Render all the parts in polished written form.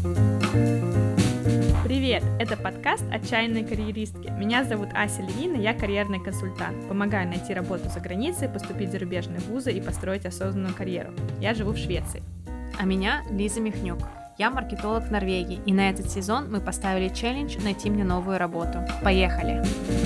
Привет! Это подкаст «Отчаянные карьеристки». Меня зовут Ася Левина, я карьерный консультант. Помогаю найти работу за границей, поступить в зарубежные вузы и построить осознанную карьеру. Я живу в Швеции. А меня Лиза Михнюк. Я маркетолог в Норвегии, и на этот сезон мы поставили челлендж «Найти мне новую работу». Поехали!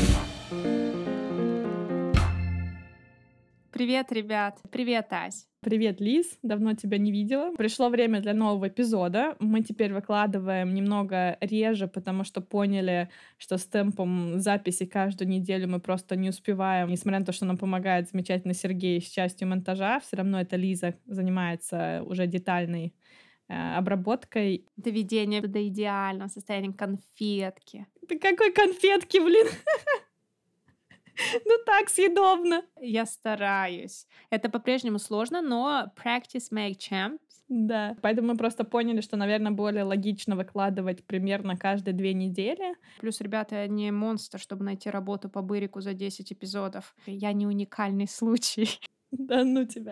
Привет, ребят! Привет, Ась! Привет, Лиз! Давно тебя не видела. Пришло время для нового эпизода. Мы теперь выкладываем немного реже, потому что поняли, что с темпом записи каждую неделю мы просто не успеваем. Несмотря на то, что нам помогает замечательно Сергей с частью монтажа, все равно это Лиза занимается уже детальной обработкой. Доведение до идеального состояния конфетки. Да какой конфетки, блин! Ну так съедобно. Я стараюсь. Это по-прежнему сложно, но practice make champs. Да, поэтому мы просто поняли, что, наверное, более логично выкладывать примерно каждые 2 недели. Плюс, ребята, я не монстр, чтобы найти работу по бырику за 10 эпизодов. Я не уникальный случай. Да ну тебя.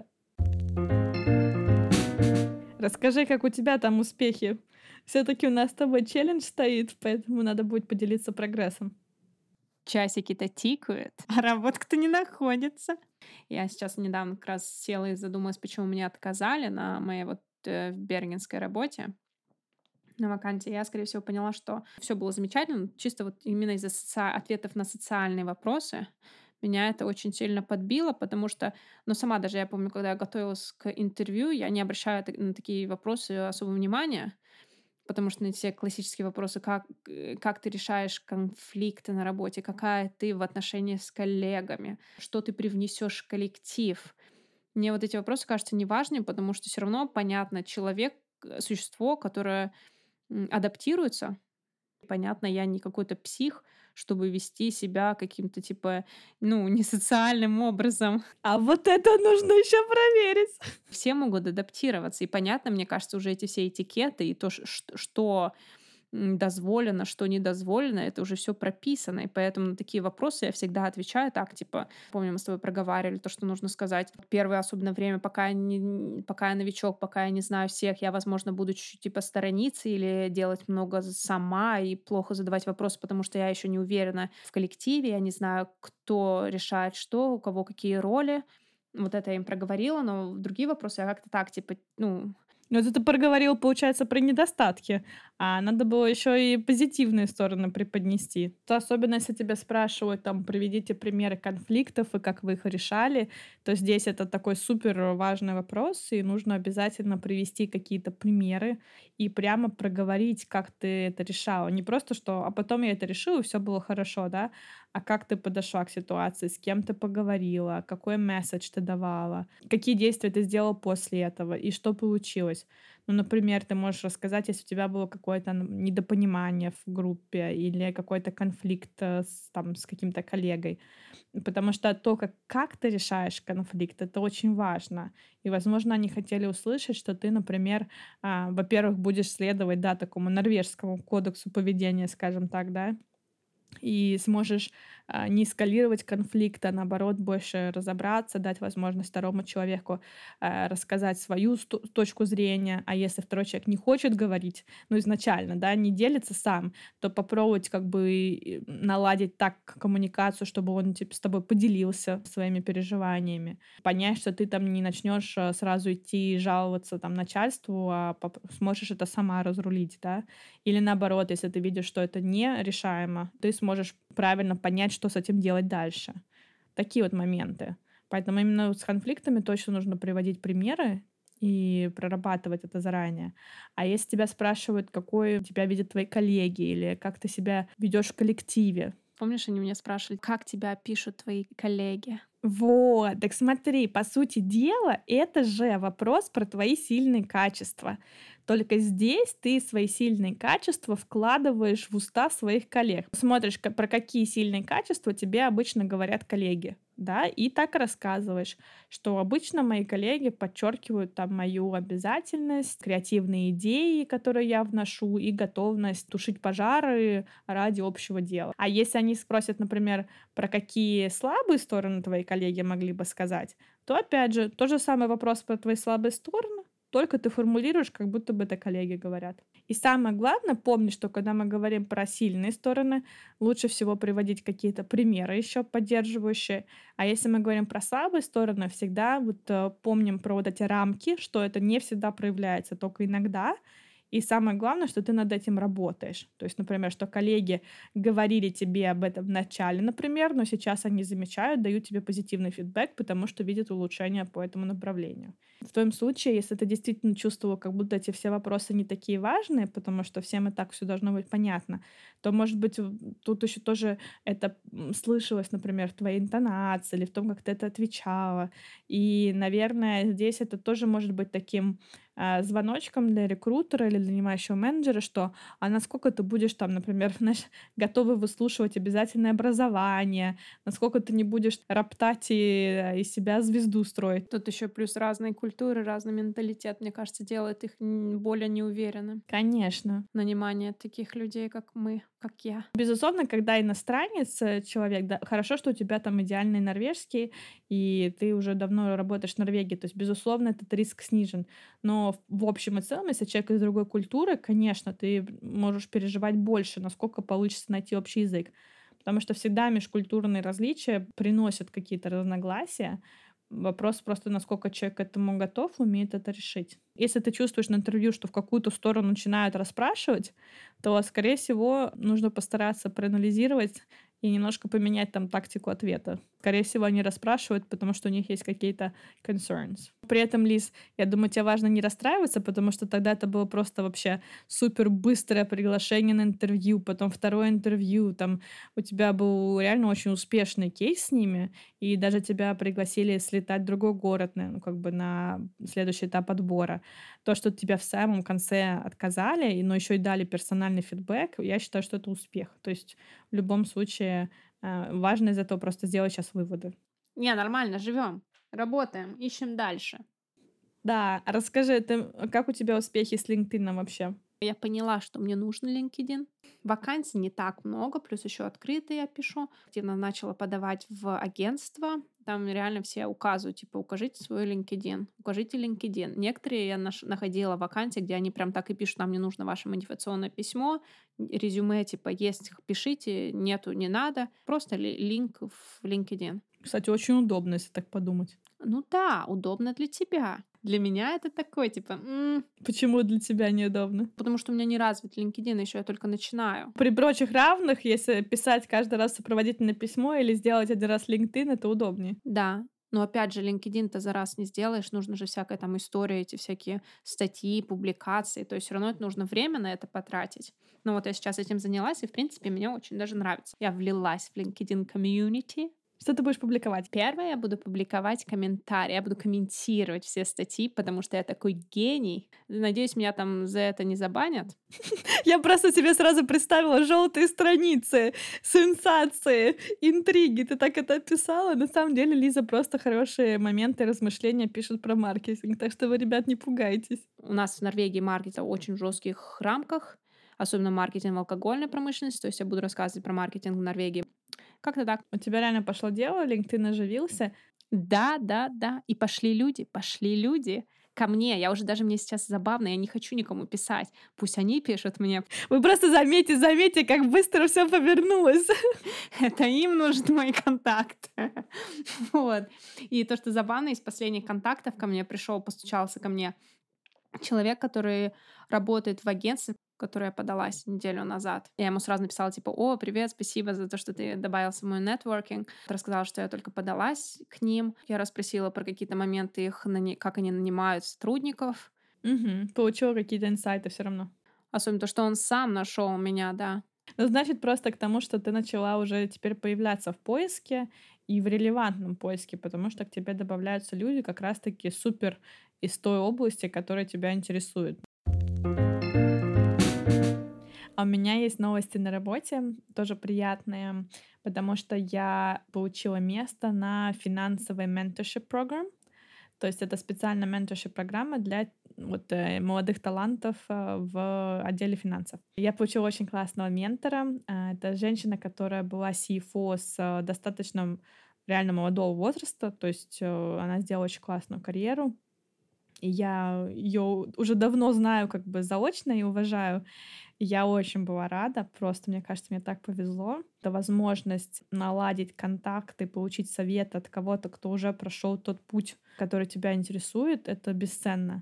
Расскажи, как у тебя там успехи. Все-таки у нас с тобой челлендж стоит, поэтому надо будет поделиться прогрессом. Часики-то тикают, а работка-то не находится. Я сейчас недавно как раз села и задумалась, почему мне отказали на моей бергенской работе на вакансии. Я, скорее всего, поняла, что все было замечательно, чисто вот именно из-за ответов на социальные вопросы. Меня это очень сильно подбило, потому что, сама даже я помню, когда я готовилась к интервью, я не обращаю на такие вопросы особого внимания, потому что на все классические вопросы, как ты решаешь конфликты на работе, какая ты в отношении с коллегами, что ты привнесешь в коллектив. Мне вот эти вопросы кажутся неважными, потому что все равно понятно, человек — существо, которое адаптируется. Понятно, я не какой-то псих, чтобы вести себя каким-то несоциальным образом. А вот это нужно еще проверить. Все могут адаптироваться. И понятно, мне кажется, уже эти все этикеты и то, что дозволено, что не дозволено, это уже все прописано. И поэтому на такие вопросы я всегда отвечаю так, помню, мы с тобой проговаривали то, что нужно сказать. Первое особенно время, пока я новичок, пока я не знаю всех, я, возможно, буду чуть-чуть сторониться или делать много сама и плохо задавать вопросы, потому что я еще не уверена в коллективе, я не знаю, кто решает что, у кого какие роли. Вот это я им проговорила, но в другие вопросы я как-то так, Ну, это ты проговорил, получается, про недостатки, а надо было еще и позитивные стороны преподнести. То особенно, если тебя спрашивают, приведите примеры конфликтов и как вы их решали, то здесь это такой супер важный вопрос, и нужно обязательно привести какие-то примеры и прямо проговорить, как ты это решала. Не просто, что «а потом я это решила, и все было хорошо», да, а как ты подошла к ситуации, с кем ты поговорила, какой месседж ты давала, какие действия ты сделала после этого и что получилось. Например, ты можешь рассказать, если у тебя было какое-то недопонимание в группе или какой-то конфликт с каким-то коллегой. Потому что то, как ты решаешь конфликт, это очень важно. И, возможно, они хотели услышать, что ты, например, во-первых, будешь следовать, да, такому норвежскому кодексу поведения, скажем так, да, и сможешь не эскалировать конфликт, а наоборот больше разобраться, дать возможность второму человеку рассказать свою точку зрения. А если второй человек не хочет говорить, изначально, да, не делится сам, то попробовать наладить так коммуникацию, чтобы он с тобой поделился своими переживаниями. Понять, что ты не начнешь сразу идти жаловаться начальству, а сможешь это сама разрулить, да. Или наоборот, если ты видишь, что это нерешаемо, ты сможешь правильно понять, что с этим делать дальше. Такие вот моменты. Поэтому именно с конфликтами точно нужно приводить примеры и прорабатывать это заранее. А если тебя спрашивают, какой тебя видят твои коллеги или как ты себя ведешь в коллективе. Помнишь, они меня спрашивали, как тебя пишут твои коллеги? Вот, так смотри, по сути дела, это же вопрос про твои сильные качества. Только здесь ты свои сильные качества вкладываешь в уста своих коллег. Смотришь, про какие сильные качества тебе обычно говорят коллеги, да, и так рассказываешь, что обычно мои коллеги подчеркивают мою обязательность, креативные идеи, которые я вношу, и готовность тушить пожары ради общего дела. А если они спросят, например, про какие слабые стороны твои коллеги могли бы сказать, то, опять же, тот же самый вопрос про твои слабые стороны, только ты формулируешь, как будто бы это коллеги говорят. И самое главное, помни, что когда мы говорим про сильные стороны, лучше всего приводить какие-то примеры еще поддерживающие. А если мы говорим про слабые стороны, всегда помним про вот эти рамки, что это не всегда проявляется, только иногда. И самое главное, что ты над этим работаешь. То есть, например, что коллеги говорили тебе об этом в начале, например, но сейчас они замечают, дают тебе позитивный фидбэк, потому что видят улучшение по этому направлению. В твоем случае, если ты действительно чувствовал, как будто эти все вопросы не такие важные, потому что всем и так все должно быть понятно, то, может быть, тут еще тоже это слышалось, например, в твоей интонации или в том, как ты это отвечала. И, наверное, здесь это тоже может быть таким звоночком для рекрутера или для нанимающего менеджера, что а насколько ты будешь там, например, знаешь, готовы выслушивать обязательное образование, насколько ты не будешь роптать и из себя звезду строить. Тут еще плюс разные культуры, разный менталитет, мне кажется, делает их более неуверенным. Конечно. Нанимание таких людей, как мы, как я. Безусловно, когда иностранец, человек, да, хорошо, что у тебя там идеальный норвежский, и ты уже давно работаешь в Норвегии, то есть, безусловно, этот риск снижен. Но в общем и целом, если человек из другой культуры, конечно, ты можешь переживать больше, насколько получится найти общий язык. Потому что всегда межкультурные различия приносят какие-то разногласия. Вопрос просто, насколько человек к этому готов, умеет это решить. Если ты чувствуешь на интервью, что в какую-то сторону начинают расспрашивать, то, скорее всего, нужно постараться проанализировать и немножко поменять там тактику ответа. Скорее всего, они расспрашивают, потому что у них есть какие-то concerns. При этом, Лиз, я думаю, тебе важно не расстраиваться, потому что тогда это было просто вообще супер быстрое приглашение на интервью, потом второе интервью, там у тебя был реально очень успешный кейс с ними, и даже тебя пригласили слетать в другой город, ну, как бы на следующий этап отбора. То, что тебя в самом конце отказали, но еще и дали персональный фидбэк, я считаю, что это успех. То есть в любом случае важно из этого просто сделать сейчас выводы. Не, нормально, живем, работаем, ищем дальше. Да, а расскажи, как у тебя успехи с LinkedIn вообще? Я поняла, что мне нужен LinkedIn. Вакансий не так много, плюс еще открытые я пишу. Активно начала подавать в агентство. Там реально все указывают, типа, укажите свой LinkedIn, укажите LinkedIn. Некоторые я находила вакансии, где они прям так и пишут, нам не нужно ваше мотивационное письмо, резюме, типа, есть, пишите, нету, не надо. Просто линк в LinkedIn. Кстати, очень удобно, если так подумать. Ну да, удобно для тебя. Для меня это такой, типа, Почему для тебя неудобно? потому что у меня не развит LinkedIn, еще я только начинаю. При прочих равных, если писать каждый раз сопроводительное письмо или сделать один раз LinkedIn, это удобнее. Да, но опять же, LinkedIn-то за раз не сделаешь, нужно же всякая там история, эти всякие статьи, публикации, то есть все равно это нужно время на это потратить. Но вот я сейчас этим занялась, и, в принципе, мне очень даже нравится. Я влилась в LinkedIn community. Что ты будешь публиковать? Первое, я буду публиковать комментарии, я буду комментировать все статьи, потому что я такой гений. Надеюсь, меня там за это не забанят. Я просто себе сразу представила желтые страницы, сенсации, интриги. Ты так это описала. На самом деле Лиза просто хорошие моменты размышления пишет про маркетинг. Так что вы, ребят, не пугайтесь. У нас в Норвегии маркетинг в очень жестких рамках, особенно маркетинг в алкогольной промышленности, то есть я буду рассказывать про маркетинг в Норвегии. Как-то так. У тебя реально пошло дело, LinkedIn оживился. Да, да, да. И пошли люди ко мне. Я уже даже мне сейчас забавно, я не хочу никому писать. Пусть они пишут мне. Вы просто заметьте, как быстро все повернулось. Это им нужен мой контакт. Вот. И то, что забавно, из последних контактов ко мне пришел, постучался ко мне человек, который работает в агентстве, в которое я подалась неделю назад. Я ему сразу написала, типа, о, привет, спасибо за то, что ты добавился в мой нетворкинг. Рассказала, что я только подалась к ним. Я расспросила про какие-то моменты их, как они нанимают сотрудников. Угу. Получила какие-то инсайты все равно. Особенно то, что он сам нашел меня, да. Ну, значит, просто к тому, что ты начала уже теперь появляться в поиске и в релевантном поиске, потому что к тебе добавляются люди как раз-таки супер из той области, которая тебя интересует. А у меня есть новости на работе, тоже приятные, потому что я получила место на финансовый mentorship программ. То есть это специальная mentorship программа для молодых талантов в отделе финансов. Я получила очень классного ментора. Это женщина, которая была CFO с достаточно реально молодого возраста, то есть она сделала очень классную карьеру. И я ее уже давно знаю как бы заочно и уважаю. И я очень была рада. Просто, мне кажется, мне так повезло. Это возможность наладить контакты, получить совет от кого-то, кто уже прошел тот путь, который тебя интересует, это бесценно.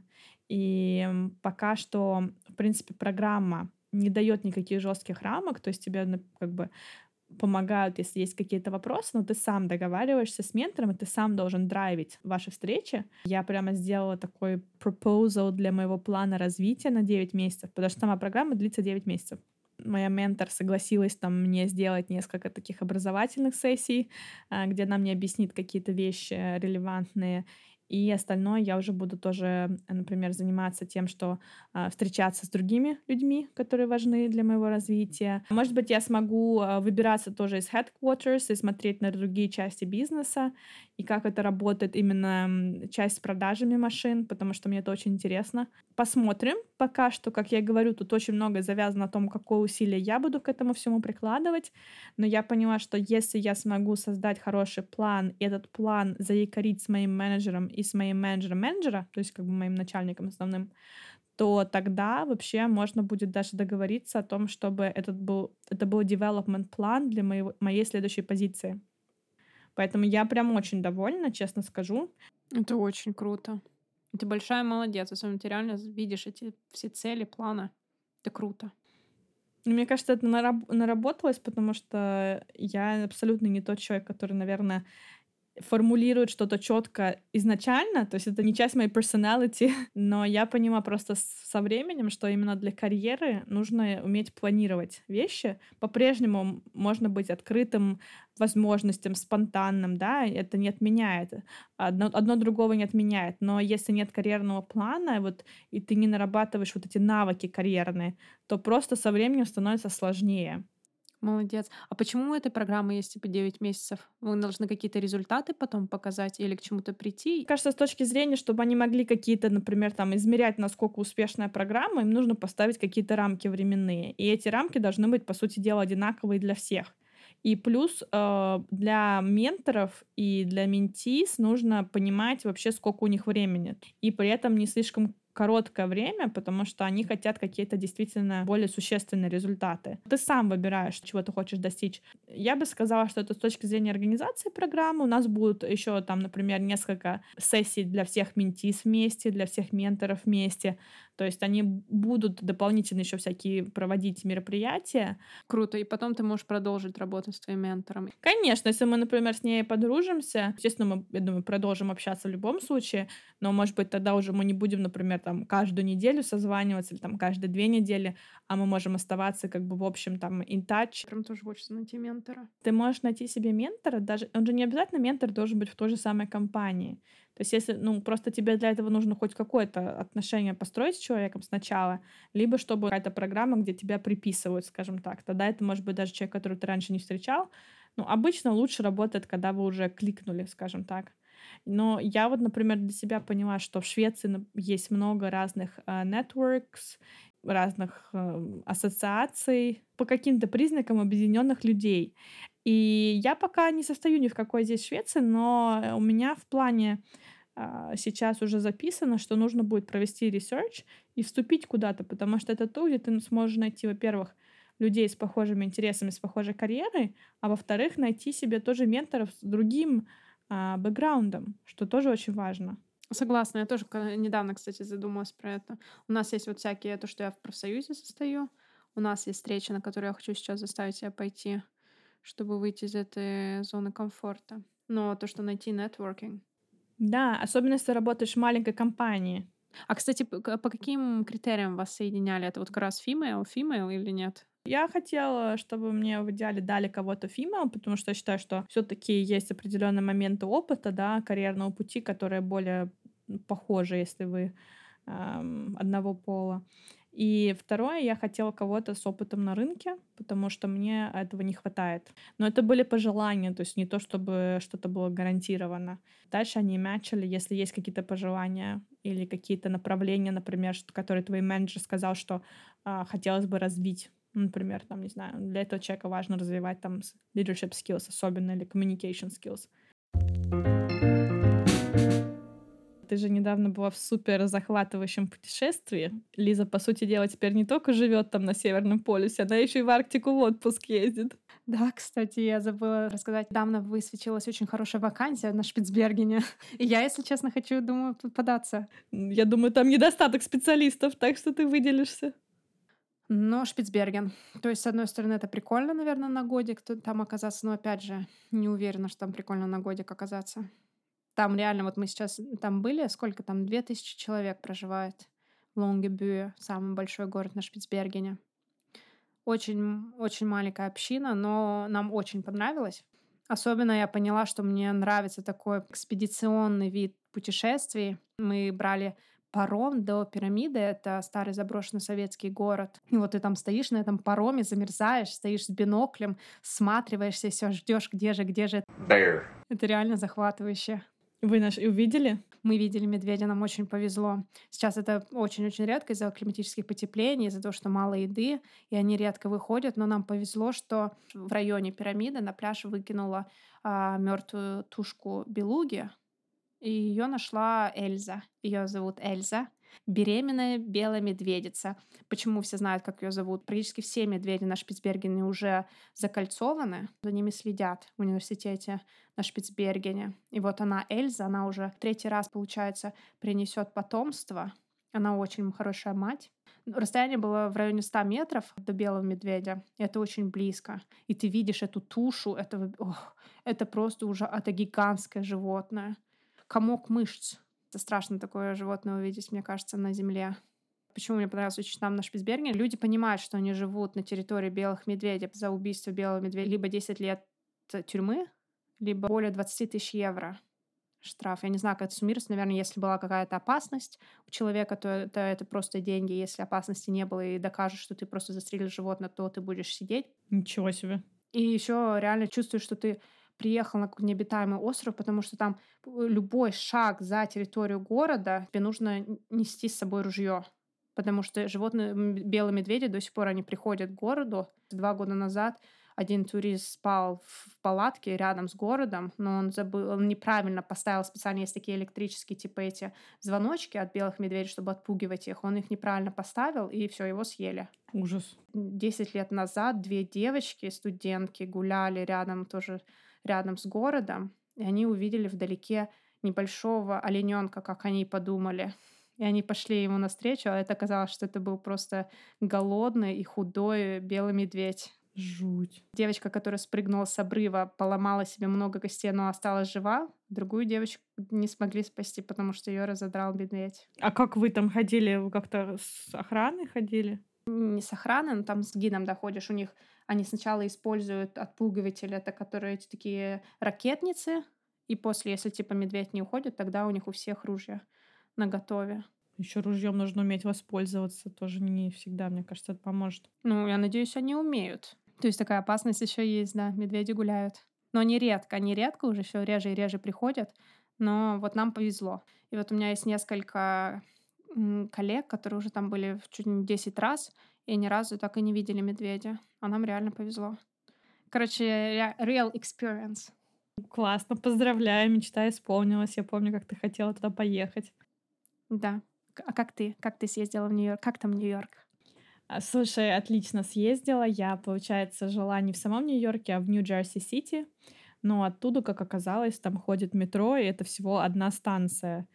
И пока что, в принципе, программа не дает никаких жестких рамок, то есть тебе как бы помогают, если есть какие-то вопросы, но ты сам договариваешься с ментором, и ты сам должен драйвить ваши встречи. Я прямо сделала такой proposal для моего плана развития на 9 месяцев, потому что сама программа длится 9 месяцев. Моя ментор согласилась там мне сделать несколько таких образовательных сессий, где она мне объяснит какие-то вещи релевантные. И остальное я уже буду тоже, например, заниматься тем, что встречаться с другими людьми, которые важны для моего развития. Может быть, я смогу выбираться тоже из headquarters и смотреть на другие части бизнеса и как это работает именно часть с продажами машин, потому что мне это очень интересно. Посмотрим. Пока что, как я и говорю, тут очень много завязано на том, какое усилие я буду к этому всему прикладывать. Но я поняла, что если я смогу создать хороший план, и этот план заякорить с моим менеджером и с моим менеджером менеджера, то есть как бы моим начальником основным, то тогда вообще можно будет даже договориться о том, чтобы это был development план для моей следующей позиции. Поэтому я прям очень довольна, честно скажу. Это очень круто. Ты большая молодец, особенно ты реально видишь эти все цели, планы. Это круто. И мне кажется, это наработалось, потому что я абсолютно не тот человек, который, наверное, формулирует что-то четко изначально, то есть это не часть моей personality, но я поняла просто со временем, что именно для карьеры нужно уметь планировать вещи. По-прежнему можно быть открытым возможностям, спонтанным, да, это не отменяет, одно другого не отменяет, но если нет карьерного плана, вот, и ты не нарабатываешь вот эти навыки карьерные, то просто со временем становится сложнее. Молодец. А почему у этой программы есть типа 9 месяцев? Вы должны какие-то результаты потом показать или к чему-то прийти? Кажется, с точки зрения, чтобы они могли какие-то, например, там измерять, насколько успешная программа, им нужно поставить какие-то рамки временные. И эти рамки должны быть, по сути дела, одинаковые для всех. И плюс для менторов и для ментис нужно понимать вообще, сколько у них времени. И при этом не слишком короткое время, потому что они хотят какие-то действительно более существенные результаты. Ты сам выбираешь, чего ты хочешь достичь. Я бы сказала, что это с точки зрения организации программы. У нас будут еще там, например, несколько сессий для всех ментис вместе, для всех менторов вместе. То есть они будут дополнительно еще всякие проводить мероприятия. Круто. И потом ты можешь продолжить работу с твоим ментором. Конечно, если мы, например, с ней подружимся, естественно, мы, я думаю, продолжим общаться в любом случае, но, может быть, тогда уже мы не будем, например, там каждую неделю созваниваться или там каждые 2 недели, а мы можем оставаться как бы в общем там in touch. Прям тоже хочется найти ментора. Ты можешь найти себе ментора, даже он же не обязательно ментор должен быть в той же самой компании. То есть если, ну, просто тебе для этого нужно хоть какое-то отношение построить с человеком сначала, либо чтобы какая-то программа, где тебя приписывают, скажем так, тогда это может быть даже человек, которого ты раньше не встречал. Ну, обычно лучше работает, когда вы уже кликнули, скажем так. Но я вот, например, для себя поняла, что в Швеции есть много разных networks, разных ассоциаций по каким-то признакам объединенных людей. И я пока не состою ни в какой здесь Швеции, но у меня в плане сейчас уже записано, что нужно будет провести ресерч и вступить куда-то, потому что это то, где ты сможешь найти, во-первых, людей с похожими интересами, с похожей карьерой, а во-вторых, найти себе тоже менторов с другим бэкграундом, что тоже очень важно. Согласна, я тоже недавно, кстати, задумалась про это. У нас есть вот всякие, то, что я в профсоюзе состою. У нас есть встреча, на которую я хочу сейчас заставить себя пойти, чтобы выйти из этой зоны комфорта. Но то, что найти нетворкинг. Да, особенно если ты работаешь в маленькой компании. А, кстати, по каким критериям вас соединяли? Это вот как раз female или нет? Я хотела, чтобы мне в идеале дали кого-то female, потому что я считаю, что все-таки есть определенные моменты опыта, да, карьерного пути, которые более похожи, если вы одного пола. И второе, я хотела кого-то с опытом на рынке, потому что мне этого не хватает. Но это были пожелания, то есть не то, чтобы что-то было гарантировано. Дальше они матчили, если есть какие-то пожелания или какие-то направления, например, которые твой менеджер сказал, что хотелось бы развить. Например, там, не знаю, для этого человека важно развивать там leadership skills особенно или communication skills. ты же недавно была в супер захватывающем путешествии. Лиза, по сути дела, теперь не только живет там на Северном полюсе, она еще и в Арктику в отпуск ездит. Да, кстати, я забыла рассказать. Недавно высветилась очень хорошая вакансия на Шпицбергене. И я, если честно, хочу, думаю, податься. Я думаю, там недостаток специалистов, так что ты выделишься. Но Шпицберген. То есть, с одной стороны, это прикольно, наверное, на годик там оказаться, но опять же, не уверена, что там прикольно на годик оказаться. Там реально, вот мы сейчас там были, сколько там, 2000 человек проживает в Лонгебюе, самый большой город на Шпицбергене. Очень, очень маленькая община, но нам очень понравилось. Особенно я поняла, что мне нравится такой экспедиционный вид путешествий. Мы брали паром до пирамиды, это старый заброшенный советский город. И вот ты там стоишь на этом пароме, замерзаешь, стоишь с биноклем, всматриваешься, все ждешь, где же. Bear. Это реально захватывающе. Вы наш увидели? Мы видели медведя, нам очень повезло. Сейчас это очень-очень редко из-за климатических потеплений, из-за того, что мало еды, и они редко выходят. Но нам повезло, что в районе пирамиды на пляж выкинула мертвую тушку белуги, и ее нашла Эльза. Ее зовут Эльза. Беременная белая медведица. Почему все знают, как ее зовут? Практически все медведи на Шпицбергене уже закольцованы. За ними следят в университете на Шпицбергене. И вот она, Эльза, она уже третий раз, получается, принесет потомство. Она очень хорошая мать. Расстояние было в районе 100 метров до белого медведя. И это очень близко. И ты видишь эту тушу. Это просто уже это гигантское животное. Комок мышц. Это страшно такое животное увидеть, мне кажется, на земле. Почему мне понравилось очень там на Шпицбергене? Люди понимают, что они живут на территории белых медведей. За убийство белого медведя либо 10 лет тюрьмы, либо более 20 тысяч евро штраф. Я не знаю, как это суммируется. Наверное, если была какая-то опасность у человека, то это просто деньги. Если опасности не было и докажешь, что ты просто застрелил животное, то ты будешь сидеть. Ничего себе. И еще реально чувствуешь, что ты приехал на какой-то необитаемый остров, потому что там любой шаг за территорию города, тебе нужно нести с собой ружье. Потому что животные, белые медведи до сих пор они приходят к городу. 2 года назад один турист спал в палатке рядом с городом, но он забыл, он неправильно поставил, специально есть такие электрические типа эти звоночки от белых медведей, чтобы отпугивать их. Он их неправильно поставил, и все, его съели. Ужас. 10 лет назад 2 девочки, студентки, гуляли тоже рядом с городом, и они увидели вдалеке небольшого олененка, как они подумали. И они пошли ему навстречу, а это оказалось, что это был просто голодный и худой белый медведь. Жуть. Девочка, которая спрыгнула с обрыва, поломала себе много костей, но осталась жива. Другую девочку не смогли спасти, потому что ее разодрал медведь. А как вы там ходили? Вы как-то с охраной ходили? Не с охраной, но там с гидом доходишь. У них они сначала используют отпугиватели, это которые эти такие ракетницы, и после, если типа медведь не уходит, тогда у них у всех ружья наготове. Еще ружьем нужно уметь воспользоваться. Тоже не всегда, мне кажется, это поможет. Ну, я надеюсь, они умеют. То есть такая опасность еще есть, да, медведи гуляют. Но они редко уже все реже и реже приходят. Но вот нам повезло. И вот у меня есть несколько коллег, которые уже там были чуть не 10 раз, и ни разу так и не видели медведя. А нам реально повезло. Короче, real experience. Классно, поздравляю, мечта исполнилась. Я помню, как ты хотела туда поехать. Да. А как ты? Как ты съездила в Нью-Йорк? Как там Нью-Йорк? Слушай, отлично съездила. Я, получается, жила не в самом Нью-Йорке, а в Нью-Джерси-Сити. Но оттуда, как оказалось, там ходит метро, и это всего одна станция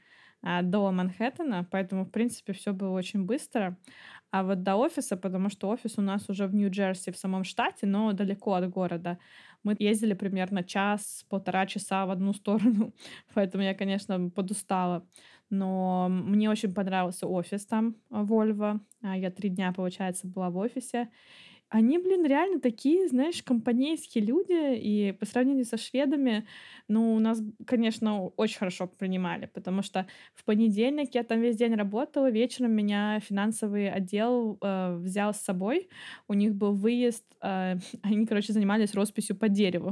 до Манхэттена, поэтому, в принципе, все было очень быстро. А вот до офиса, потому что офис у нас уже в Нью-Джерси, в самом штате, но далеко от города, мы ездили примерно час, 1,5 часа в одну сторону, поэтому я, конечно, подустала. Но мне очень понравился офис там, Volvo. Я 3 дня, получается, была в офисе. Они, блин, реально такие, знаешь, компанейские люди, и по сравнению со шведами, ну, у нас, конечно, очень хорошо принимали, потому что в понедельник я там весь день работала, вечером меня финансовый отдел взял с собой, у них был выезд, они, короче, занимались росписью по дереву.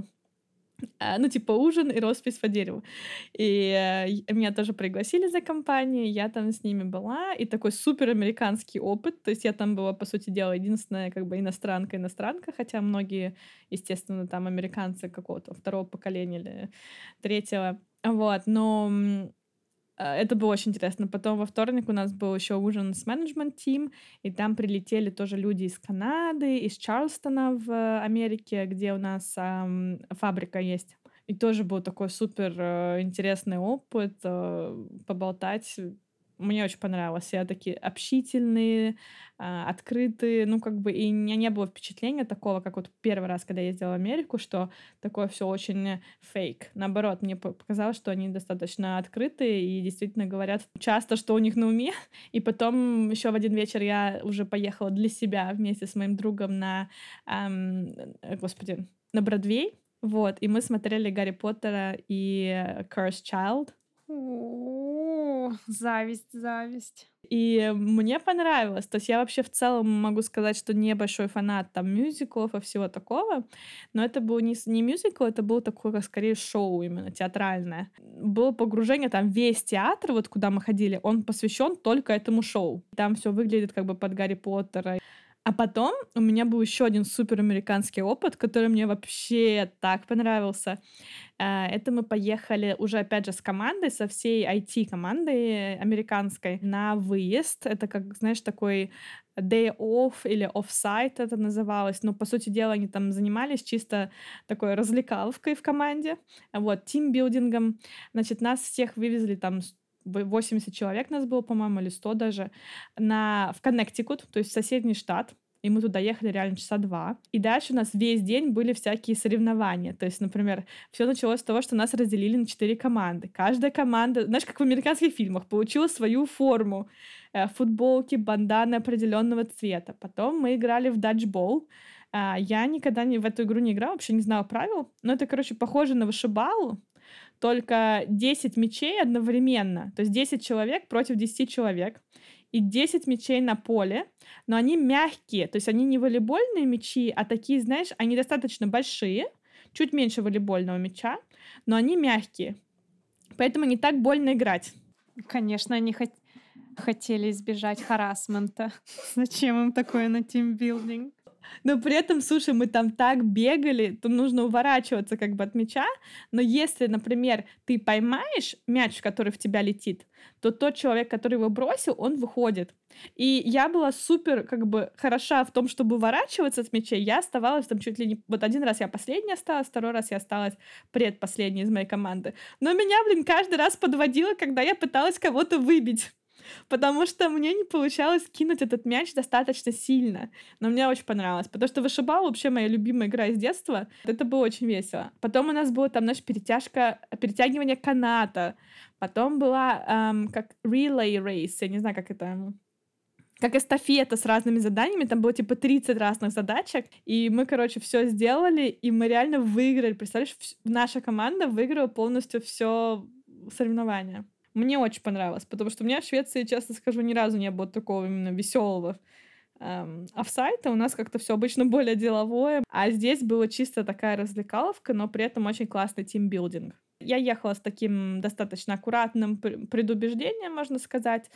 Ну, типа ужин и роспись по дереву. И меня тоже пригласили за компанию, я там с ними была, и такой супер американский опыт, то есть я там была, по сути дела, единственная как бы иностранка, хотя многие, естественно, там американцы какого-то второго поколения или третьего, вот, но Это было очень интересно. Потом во вторник у нас был еще ужин с менеджмент-тим, и там прилетели тоже люди из Канады, из Чарльстона в Америке, где у нас фабрика есть. И тоже был такой супер интересный опыт поболтать. Мне очень понравилось. Все такие общительные, открытые. Ну, как бы, и у меня не было впечатления такого, как вот первый раз, когда я ездила в Америку, что такое все очень фейк. Наоборот, мне показалось, что они достаточно открытые и действительно говорят часто, что у них на уме. И потом еще в один вечер я уже поехала для себя вместе с моим другом господи, на Бродвей. Вот, и мы смотрели Гарри Поттера и Cursed Child. О, зависть, зависть. И мне понравилось. То есть я вообще в целом могу сказать, что не большой фанат там мюзиклов и всего такого, но это был не мюзикл, это был такое, как скорее шоу именно театральное. Было погружение, там весь театр, вот куда мы ходили, он посвящен только этому шоу. Там все выглядит как бы под Гарри Поттера. А потом у меня был еще один супер американский опыт, который мне вообще так понравился. Это мы поехали уже, опять же, с командой, со всей IT-командой американской на выезд. Это, как, знаешь, такой day off или off-site это называлось. Но, по сути дела, они там занимались чисто такой развлекаловкой в команде, вот, тимбилдингом. Значит, нас всех вывезли там 80 человек нас было, по-моему, или 100 даже, в Коннектикут, то есть в соседний штат. И мы туда ехали реально часа 2. И дальше у нас весь день были всякие соревнования. То есть, например, все началось с того, что нас разделили на 4 команды. Каждая команда, знаешь, как в американских фильмах, получила свою форму. Футболки, банданы определенного цвета. Потом мы играли в даджбол. Я никогда в эту игру не играла, вообще не знала правил. Но это, короче, похоже на вышибалу, только 10 мячей одновременно. То есть 10 человек против 10 человек. И 10 мячей на поле, но они мягкие. То есть они не волейбольные мячи, а такие, знаешь, они достаточно большие, чуть меньше волейбольного мяча, но они мягкие. Поэтому не так больно играть. Конечно, они хотели избежать харассмента. Зачем им такое на тимбилдинг? Но при этом, слушай, мы там так бегали, то нужно уворачиваться как бы от мяча. Но если, например, ты поймаешь мяч, который в тебя летит, то тот человек, который его бросил, он выходит. И я была супер как бы хороша в том, чтобы уворачиваться от мячей. Я оставалась там чуть ли не... Вот один раз я последняя осталась, второй раз я осталась предпоследней из моей команды. Но меня, каждый раз подводило, когда я пыталась кого-то выбить. Потому что мне не получалось кинуть этот мяч достаточно сильно. Но мне очень понравилось, потому что вышибал вообще моя любимая игра из детства. Это было очень весело. Потом у нас было там, знаешь, перетягивание каната. Потом была как relay race, я не знаю, как это... Как эстафета с разными заданиями, там было типа 30 разных задачек, и мы, короче, все сделали, и мы реально выиграли. Представляешь, наша команда выиграла полностью все соревнование. Мне очень понравилось, потому что у меня в Швеции, честно скажу, ни разу не было такого именно веселого офсайта. У нас как-то все обычно более деловое, а здесь была чисто такая развлекаловка, но при этом очень классный тимбилдинг. Я ехала с таким достаточно аккуратным предубеждением, можно сказать,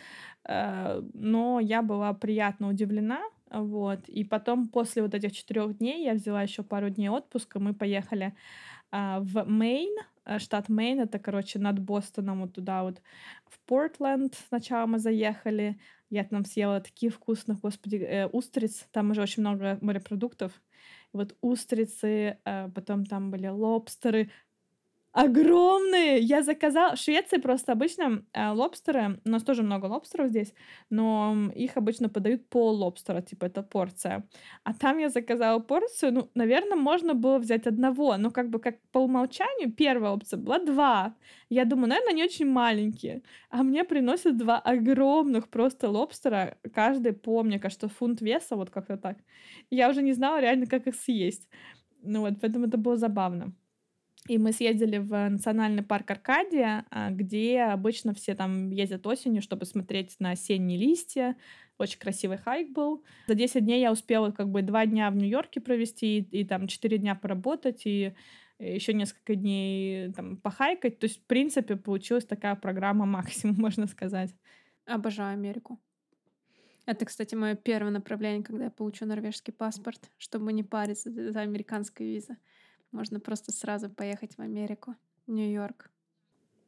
но я была приятно удивлена. Вот. И потом, после вот этих 4 дней, я взяла еще пару дней отпуска, мы поехали в Мэйн, штат Мэйн, это, короче, над Бостоном, вот туда вот, в Портленд сначала мы заехали, я там съела таких вкусных, господи, устриц, там уже очень много морепродуктов, вот устрицы, потом там были лобстеры, огромные! Я заказала... В Швеции просто обычно лобстеры... У нас тоже много лобстеров здесь, но их обычно подают пол-лобстера, типа это порция. А там я заказала порцию, ну, наверное, можно было взять одного, но как бы как по умолчанию первая опция была 2. Я думаю, наверное, они очень маленькие. А мне приносят 2 огромных просто лобстера, каждый по, мне кажется, фунт веса, вот как-то так. Я уже не знала реально, как их съесть. Ну вот, поэтому это было забавно. И мы съездили в национальный парк Аркадия, где обычно все там ездят осенью, чтобы смотреть на осенние листья. Очень красивый хайк был. За 10 дней я успела как бы 2 дня в Нью-Йорке провести и там 4 дня поработать, и еще несколько дней там похайкать. То есть, в принципе, получилась такая программа максимум, можно сказать. Обожаю Америку. Это, кстати, мое первое направление, когда я получу норвежский паспорт, чтобы не париться за американской визы. Можно просто сразу поехать в Америку, в Нью-Йорк.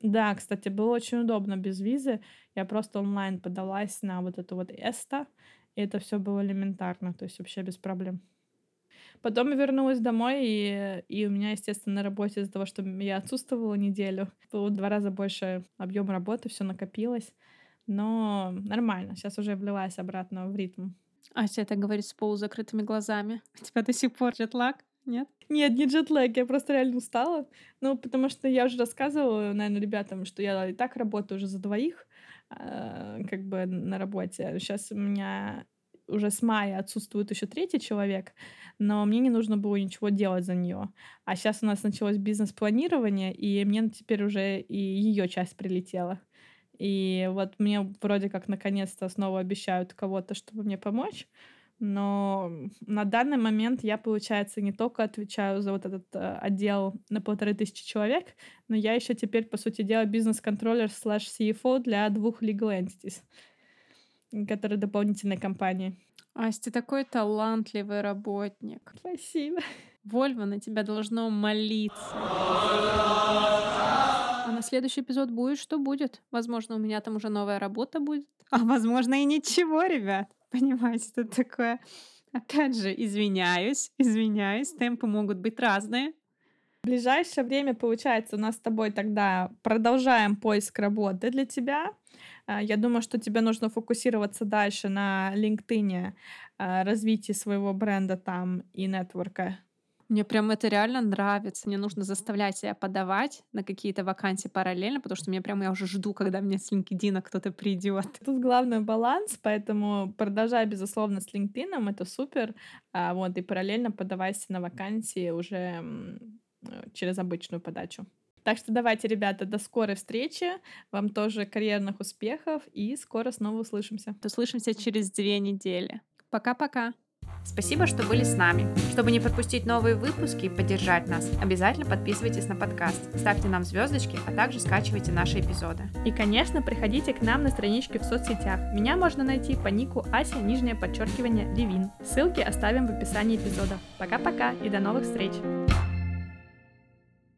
Да, кстати, было очень удобно без визы. Я просто онлайн подалась на вот эту вот ESTA, и это все было элементарно, то есть вообще без проблем. Потом я вернулась домой, и у меня, естественно, на работе из-за того, что я отсутствовала неделю, было в 2 раза больше объем работы, все накопилось. Но нормально, сейчас уже влилась обратно в ритм. Ася это говорит с полузакрытыми глазами. У тебя до сих пор джетлаг? Нет? Нет, не джетлаг, я просто реально устала. Ну, потому что я уже рассказывала, наверно, ребятам, что я и так работаю уже за двоих, как бы на работе. Сейчас у меня уже с мая отсутствует еще третий человек, но мне не нужно было ничего делать за нее. А сейчас у нас началось бизнес-планирование, и мне теперь уже и ее часть прилетела. И вот мне вроде как наконец-то снова обещают кого-то, чтобы мне помочь. Но на данный момент я, получается, не только отвечаю за вот этот отдел на 1500 человек, но я еще теперь, по сути дела, бизнес-контроллер слэш CFO для 2 legal entities, которые дополнительные компании. Ась, ты такой талантливый работник. Спасибо. Вольво на тебя должно молиться. А на следующий эпизод будет, что будет. Возможно, у меня там уже новая работа будет. А возможно, и ничего, ребят. Понимаете, тут такое. Опять же, извиняюсь, темпы могут быть разные. В ближайшее время, получается, у нас с тобой тогда продолжаем поиск работы для тебя. Я думаю, что тебе нужно фокусироваться дальше на LinkedIn, развитии своего бренда там и нетворка. Мне прям это реально нравится. Мне нужно заставлять себя подавать на какие-то вакансии параллельно, потому что я уже жду, когда мне с LinkedIn кто-то придет. Тут главный баланс, поэтому продолжай, безусловно, с LinkedIn, это супер. Вот, и параллельно подавайся на вакансии уже через обычную подачу. Так что давайте, ребята, до скорой встречи. Вам тоже карьерных успехов и скоро снова услышимся. Услышимся через 2 недели. Пока-пока. Спасибо, что были с нами. Чтобы не пропустить новые выпуски и поддержать нас, обязательно подписывайтесь на подкаст, ставьте нам звездочки, а также скачивайте наши эпизоды. И, конечно, приходите к нам на странички в соцсетях. Меня можно найти по нику Ася_Левин. Ссылки оставим в описании эпизода. Пока-пока и до новых встреч!